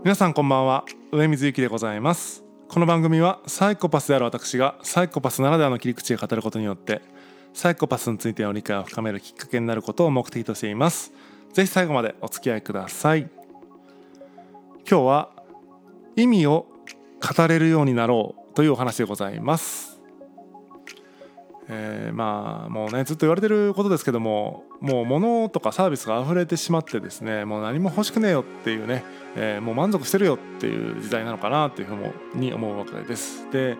皆さんこんばんは、上水幸でございます。この番組はサイコパスである私がサイコパスならではの切り口で語ることによってサイコパスについての理解を深めるきっかけになることを目的としています。ぜひ最後までお付き合いください。今日は意味を語れるようになろうというお話でございます。もうねずっと言われてることですけども、もう物とかサービスが溢れてしまってですね、もう何も欲しくねえよっていうね、もう満足してるよっていう時代なのかなっていうふうに思うわけです。で、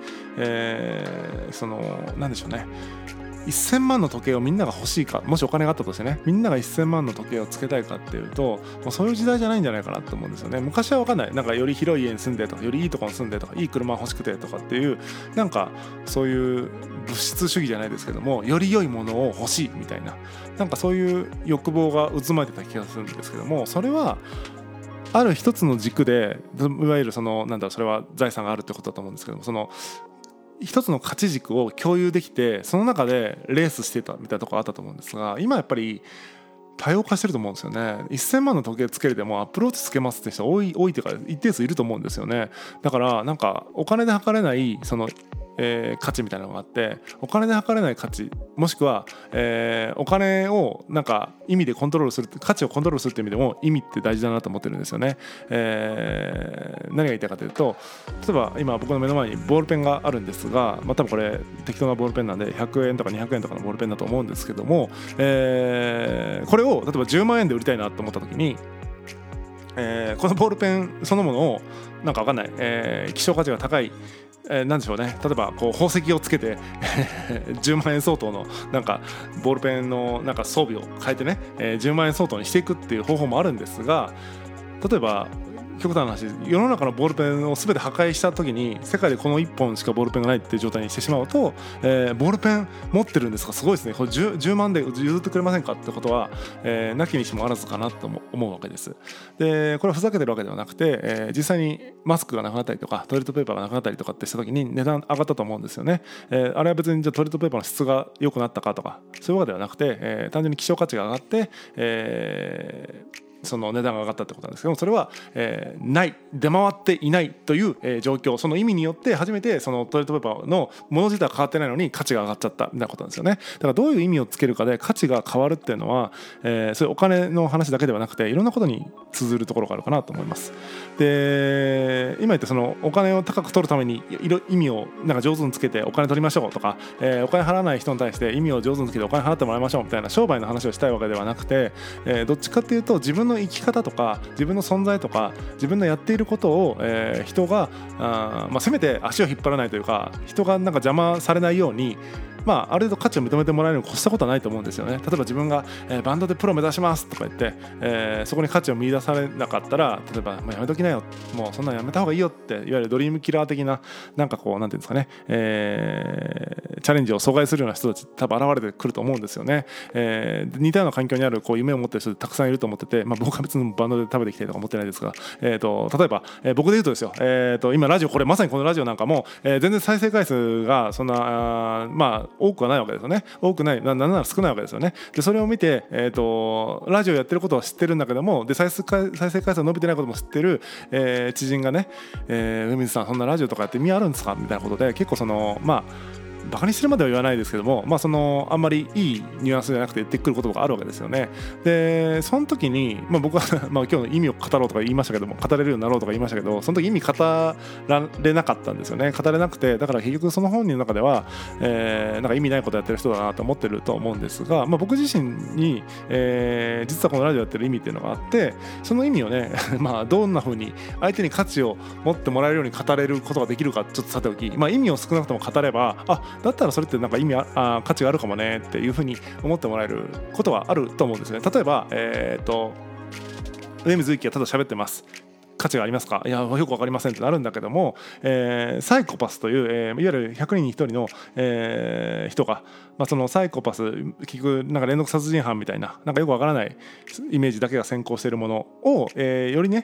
なんでしょうね、1000万の時計をみんなが欲しいか、もしお金があったとしてね、みんなが1000万の時計をつけたいかっていうと、もうそういう時代じゃないんじゃないかなと思うんですよね。昔は分かんない、なんかより広い家に住んでとか、よりいいところに住んでとか、いい車欲しくてとかっていう、なんかそういう物質主義じゃないですけども、より良いものを欲しいみたいな、なんかそういう欲望が渦巻いてた気がするんですけども、それはある一つの軸で、いわゆるそれは財産があるってことだと思うんですけども、その一つの価値軸を共有できて、その中でレースしてたみたいなところあったと思うんですが、今やっぱり多様化してると思うんですよね。1000万の時計つけるでもアップローチつけますって人多いというか一定数いると思うんですよね。だからなんかお金で測れない価値みたいなのがあって、お金で測れない価値、もしくは、お金をなんか意味でコントロールする、価値をコントロールするっていう意味でも意味って大事だなと思ってるんですよね。何が言いたいかというと、例えば今僕の目の前にボールペンがあるんですが、多分これ適当なボールペンなんで100円とか200円とかのボールペンだと思うんですけども、これを例えば10万円で売りたいなと思った時に、このボールペンそのものをなんか分かんない、希少価値が高い、なんでしょうね、例えばこう宝石をつけて10万円相当のなんかボールペンのなんか装備を変えてね、10万円相当にしていくっていう方法もあるんですが、例えば極端な話、世の中のボールペンを全て破壊した時に世界でこの1本しかボールペンがないっていう状態にしてしまうと、ボールペン持ってるんですか、すごいですね、これ 10万で譲ってくれませんかってことは、なきにしもあらずかなと思うわけです。でこれはふざけてるわけではなくて、実際にマスクがなくなったりとかトイレットペーパーがなくなったりとかってした時に値段上がったと思うんですよね。あれは別にじゃあトイレットペーパーの質が良くなったかとかそういうわけではなくて、単純に希少価値が上がって、その値段が上がったってことなんですけども、それは、ない出回っていないという、状況、その意味によって初めてそのトイレットペーパーのもの自体は変わってないのに価値が上がっちゃったみたいなことなんですよね。だからどういう意味をつけるかで価値が変わるっていうのは、そういうお金の話だけではなくていろんなことに通ずるところがあるかなと思います。で今言ったそのお金を高く取るために意味をなんか上手につけてお金取りましょうとか、お金払わない人に対して意味を上手につけてお金払ってもらいましょうみたいな商売の話をしたいわけではなくて、どっちかっていうと自分の生き方とか自分の存在とか自分のやっていることを、人がせめて足を引っ張らないというか、人がなんか邪魔されないように、ある程度価値を認めてもらえるに越したことはないと思うんですよね。例えば自分が、バンドでプロ目指しますとか言って、そこに価値を見出されなかったら、例えば、やめときなよ、もうそんなのやめた方がいいよって、いわゆるドリームキラー的ななんかこうなんていうんですかね、チャレンジを阻害するような人たち多分現れてくると思うんですよね。似たような環境にあるこう夢を持ってる人たくさんいると思ってて、僕は別にバンドで食べてきたいとか思ってないですが、例えば、僕で言うとですよ、今ラジオ、これまさにこのラジオなんかも、全然再生回数がそんな多くはないわけですよね。多くない、なんなら少ないわけですよね。でそれを見て、ラジオやってることは知ってるんだけども、で再生回数伸びてないことも知ってる、知人がね、海水さんそんなラジオとかやって意味あるんですかみたいなことで、結構バカにしてるまでは言わないですけども、あんまりいいニュアンスじゃなくて言ってくることがあるわけですよね。でその時に、僕は今日の意味を語ろうとか言いましたけども、語れるようになろうとか言いましたけど、その時意味語られなかったんですよね。語れなくて、だから結局その本人の中では、なんか意味ないことやってる人だなと思ってると思うんですが、僕自身に、実はこのラジオやってる意味っていうのがあって、その意味をねどんな風に相手に価値を持ってもらえるように語れることができるかちょっとさておき、意味を少なくとも語れば、だったらそれってなんか価値があるかもねっていうふうに思ってもらえることはあると思うんですね。例えば、上水幸がただ喋ってます、価値がありますか、いやよく分かりませんってなるんだけども、サイコパスという、いわゆる100人に1人の、人が、そのサイコパス、結局なんか連続殺人犯みたいな、なんかよく分からないイメージだけが先行しているものを、よりね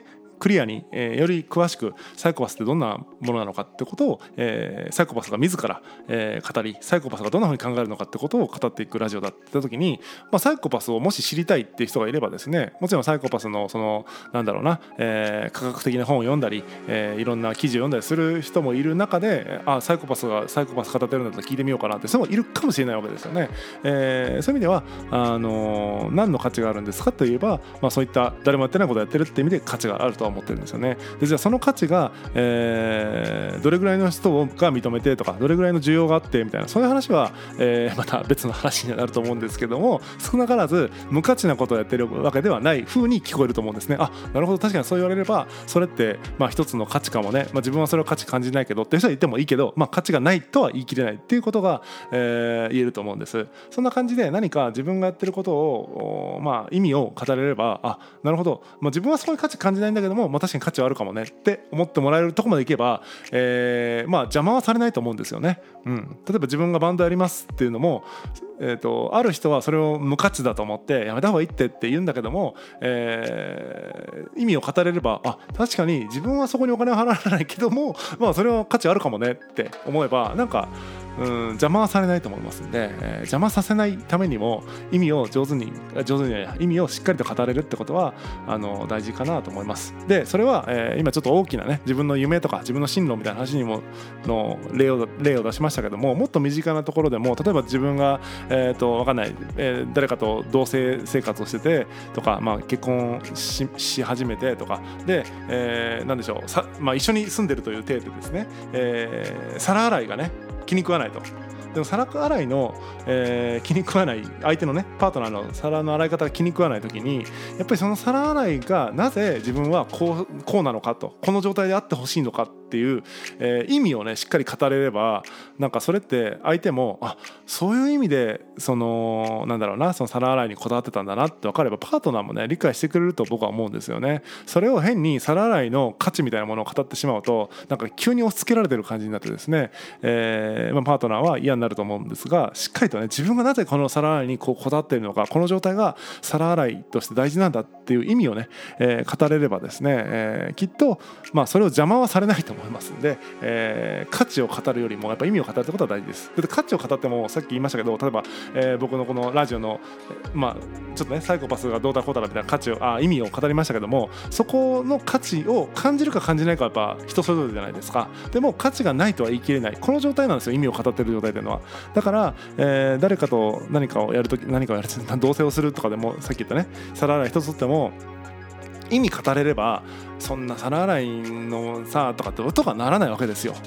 クリアに、より詳しくサイコパスってどんなものなのかってことを、サイコパスが自ら、語り、サイコパスがどんなふうに考えるのかってことを語っていくラジオだった時に、サイコパスをもし知りたいっていう人がいればですね、もちろんサイコパスのそのなんだろうな、科学的な本を読んだり、いろんな記事を読んだりする人もいる中で、サイコパス語ってるんだったら聞いてみようかなって人もいるかもしれないわけですよね。そういう意味では何の価値があるんですかといえば、そういった誰もやってないことをやってるって意味で価値があるとは思ってるんですよね。でじゃあその価値が、どれぐらいの人が認めてとかどれぐらいの需要があってみたいな、そういう話は、また別の話になると思うんですけども、少なからず無価値なことをやってるわけではない風に聞こえると思うんですね。なるほど、確かにそう言われればそれって一つの価値かもね、自分はそれを価値感じないけどっていう人は言ってもいいけど、価値がないとは言い切れないっていうことが、言えると思うんです。そんな感じで何か自分がやってることを、意味を語れれば、なるほど、自分はそういう価値感じないんだけども、確かに価値はあるかもねって思ってもらえるとこまでいけば、邪魔はされないと思うんですよね。例えば自分がバンドやりますっていうのも、ある人はそれを無価値だと思ってやめた方がいいって言うんだけども、意味を語れれば確かに自分はそこにお金を払わないけども、それは価値あるかもねって思えばなんか邪魔はされないと思いますんで、邪魔させないためにも意味を意味をしっかりと語れるってことは大事かなと思います。でそれは、今ちょっと大きなね自分の夢とか自分の進路みたいな話にもの例を出しましたけども、もっと身近なところでも例えば自分がわかんない、誰かと同棲生活をしててとか、結婚 し始めてとかで、なんでしょう、一緒に住んでるという体でですね、皿洗いがね気に食わないと。でも皿洗いの、気に食わない相手のねパートナーの皿の洗い方が気に食わないときに、やっぱりその皿洗いがなぜ自分はこうなのかと、この状態であってほしいのかっていう、意味をねしっかり語れれば、なんかそれって相手もそういう意味でその皿洗いにこだわってたんだなって分かれば、パートナーもね理解してくれると僕は思うんですよね。それを変に皿洗いの価値みたいなものを語ってしまうと、なんか急に押し付けられてる感じになってですね、パートナーは嫌になると思うんですが、しっかりとね自分がなぜこの皿洗いにこだわっているのか、この状態が皿洗いとして大事なんだっていう意味をね、語れればですね、きっとそれを邪魔はされないと思いますんで、価値を語るよりもやっぱ意味を語るってことは大事です。で価値を語ってもさっき言いましたけど、例えば、僕のこのラジオのちょっとねサイコパスがどうだこうだみたいな価値を意味を語りましたけども、そこの価値を感じるか感じないかはやっぱ人それぞれじゃないですか。でも価値がないとは言い切れない、この状態なんですよ、意味を語ってる状態というのは。だから、誰かと何かをやるとき、同棲をするとかでも、さっき言ったね皿洗い一つとっても意味語れれば、そんな皿洗いのさとかって音がならないわけですよ。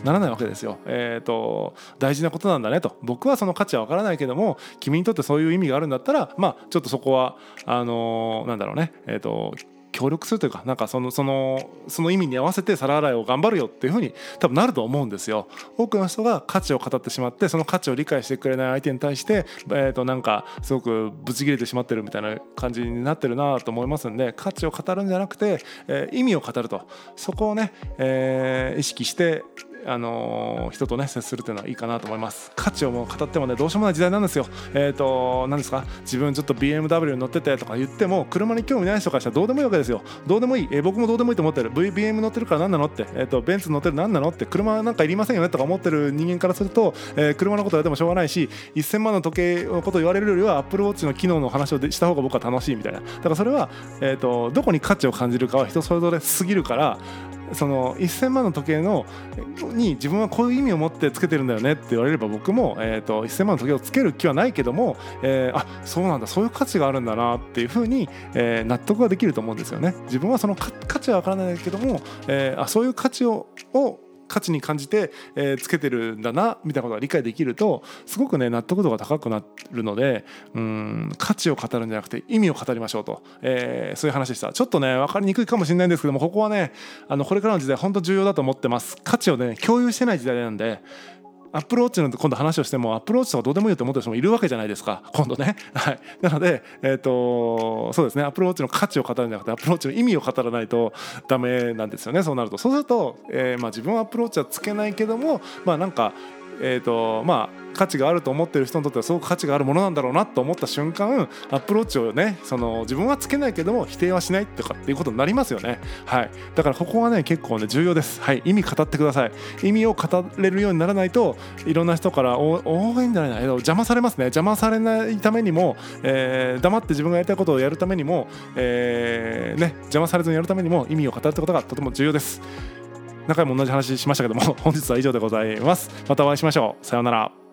大事なことなんだねと。僕はその価値は分からないけども、君にとってそういう意味があるんだったら、ちょっとそこは協力するというか、その意味に合わせて皿洗いを頑張るよっていう風に多分なると思うんですよ。多くの人が価値を語ってしまって、その価値を理解してくれない相手に対して、すごくブチ切れてしまってるみたいな感じになってるなと思いますんで、価値を語るんじゃなくて、意味を語ると、そこをね、意識して人とね接するというのはいいかなと思います。価値をもう語ってもねどうしようもない時代なんですよ。何ですか、自分ちょっと BMW に乗っててとか言っても、車に興味ない人からしたらどうでもいいわけですよ。どうでもいい、僕もどうでもいいと思ってる。BM 乗ってるから何なのって、ベンツ乗ってる何なのって、車なんかいりませんよねとか思ってる人間からすると、車のこと言われてもしょうがないし、1000万の時計のことを言われるよりは Apple Watch の機能の話をした方が僕は楽しいみたいな。だからそれは、どこに価値を感じるかは人それぞれすぎるから、その1000万の時計に自分はこういう意味を持ってつけてるんだよねって言われれば、僕も、1000万の時計をつける気はないけども、そうなんだ、そういう価値があるんだなっていうふうに、納得ができると思うんですよね。自分はその価値は分からないけども、そういう価値を価値に感じて、つけてるんだなみたいなことが理解できると、すごくね納得度が高くなるので、価値を語るんじゃなくて意味を語りましょうと、そういう話でした。ちょっとね分かりにくいかもしれないんですけども、ここはねこれからの時代本当重要だと思ってます。価値をね共有してない時代なんで、アップルウォッチの今度話をしてもアップルウォッチとかどうでもいいと思ってる人もいるわけじゃないですか今度ね、はい、なので、そうですね、アップルウォッチの価値を語るんじゃなくてアップルウォッチの意味を語らないとダメなんですよね。そうすると、自分はアップルウォッチはつけないけども、 価値があると思ってる人にとってはすごく価値があるものなんだろうなと思った瞬間、アップルウォッチをね自分はつけないけども否定はしないとかっていうことになりますよね。はい、だからここはね結構ね重要です。はい、意味語ってください。意味を語れるようにならないといろんな人から応援じゃないな邪魔されますね。邪魔されないためにも、黙って自分がやりたいことをやるためにも、邪魔されずにやるためにも意味を語るってことがとても重要です。何回も同じ話しましたけども本日は以上でございます。またお会いしましょう。さようなら。